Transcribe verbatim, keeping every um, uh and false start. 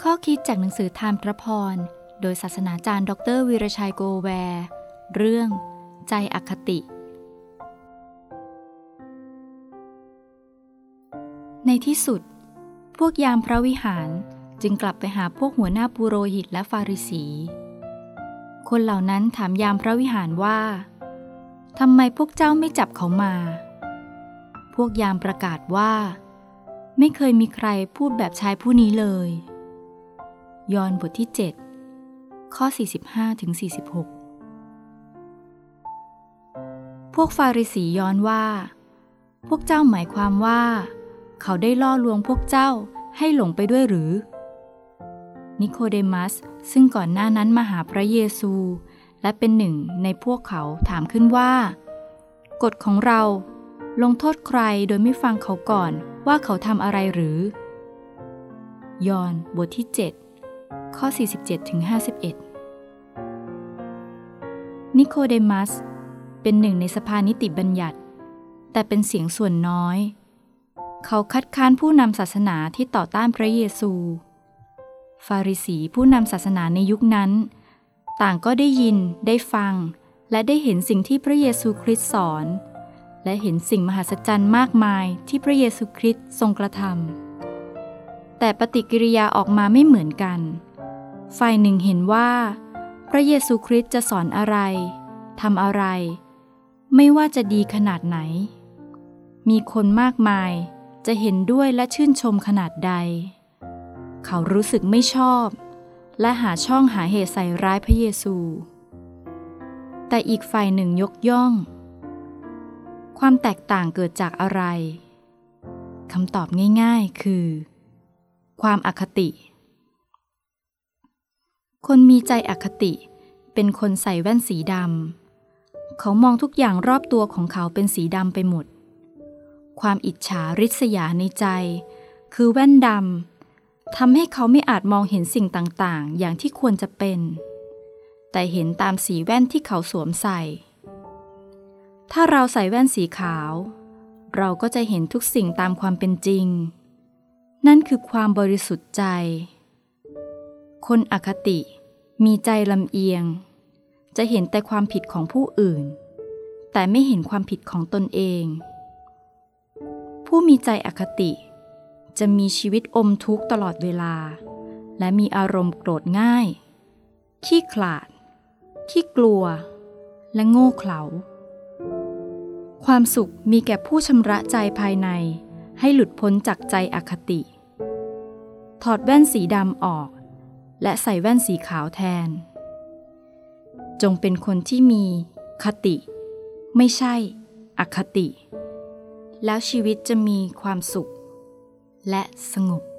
ข้อคิดจากหนังสือธรรมพระพรโดยศาสนาจารย์ดรวีรชัยโกแวร์เรื่องใจอคติในที่สุดพวกยามพระวิหารจึงกลับไปหาพวกหัวหน้าปุโรหิตและฟาริสีคนเหล่านั้นถามยามพระวิหารว่าทำไมพวกเจ้าไม่จับเขามาพวกยามประกาศว่าไม่เคยมีใครพูดแบบชายผู้นี้เลยยอห์นบทที่เจ็ดข้อสี่สิบห้าถึงสี่สิบหกพวกฟาริสีย้อนว่าพวกเจ้าหมายความว่าเขาได้ล่อลวงพวกเจ้าให้หลงไปด้วยหรือนิโคเดมัสซึ่งก่อนหน้านั้นมาหาพระเยซูและเป็นหนึ่งในพวกเขาถามขึ้นว่ากฎของเราลงโทษใครโดยไม่ฟังเขาก่อนว่าเขาทำอะไรหรือยอห์นบทที่เจ็ดข้อสี่สิบเจ็ดถึงห้าสิบเอ็ดนิโคเดมัสเป็นหนึ่งในสภานิติบัญญัติแต่เป็นเสียงส่วนน้อยเขาคัดค้านผู้นำศาสนาที่ต่อต้านพระเยซูฟาริสีผู้นำศาสนาในยุคนั้นต่างก็ได้ยินได้ฟังและได้เห็นสิ่งที่พระเยซูคริสต์สอนและเห็นสิ่งมหัศจรรย์มากมายที่พระเยซูคริสต์ทรงกระทำแต่ปฏิกิริยาออกมาไม่เหมือนกันฝ่ายหนึ่งเห็นว่าพระเยซูคริสต์จะสอนอะไรทำอะไรไม่ว่าจะดีขนาดไหนมีคนมากมายจะเห็นด้วยและชื่นชมขนาดใดเขารู้สึกไม่ชอบและหาช่องหาเหตุใส่ร้ายพระเยซูแต่อีกฝ่ายหนึ่งยกย่องความแตกต่างเกิดจากอะไรคำตอบง่ายๆคือความอคติคนมีใจอคติเป็นคนใส่แว่นสีดำเขามองทุกอย่างรอบตัวของเขาเป็นสีดำไปหมดความอิจฉาริษยาในใจคือแว่นดำทำให้เขาไม่อาจมองเห็นสิ่งต่างๆอย่างที่ควรจะเป็นแต่เห็นตามสีแว่นที่เขาสวมใส่ถ้าเราใส่แว่นสีขาวเราก็จะเห็นทุกสิ่งตามความเป็นจริงนั่นคือความบริสุทธิ์ใจคนอคติมีใจลำเอียงจะเห็นแต่ความผิดของผู้อื่นแต่ไม่เห็นความผิดของตนเองผู้มีใจอคติจะมีชีวิตอมทุกข์ตลอดเวลาและมีอารมณ์โกรธง่ายขี้ขลาดขี้กลัวและโง่เขลาความสุขมีแก่ผู้ชำระใจภายในให้หลุดพ้นจากใจอคติถอดแว่นสีดำออกและใส่แว่นสีขาวแทนจงเป็นคนที่มีคติไม่ใช่อคติแล้วชีวิตจะมีความสุขและสงบ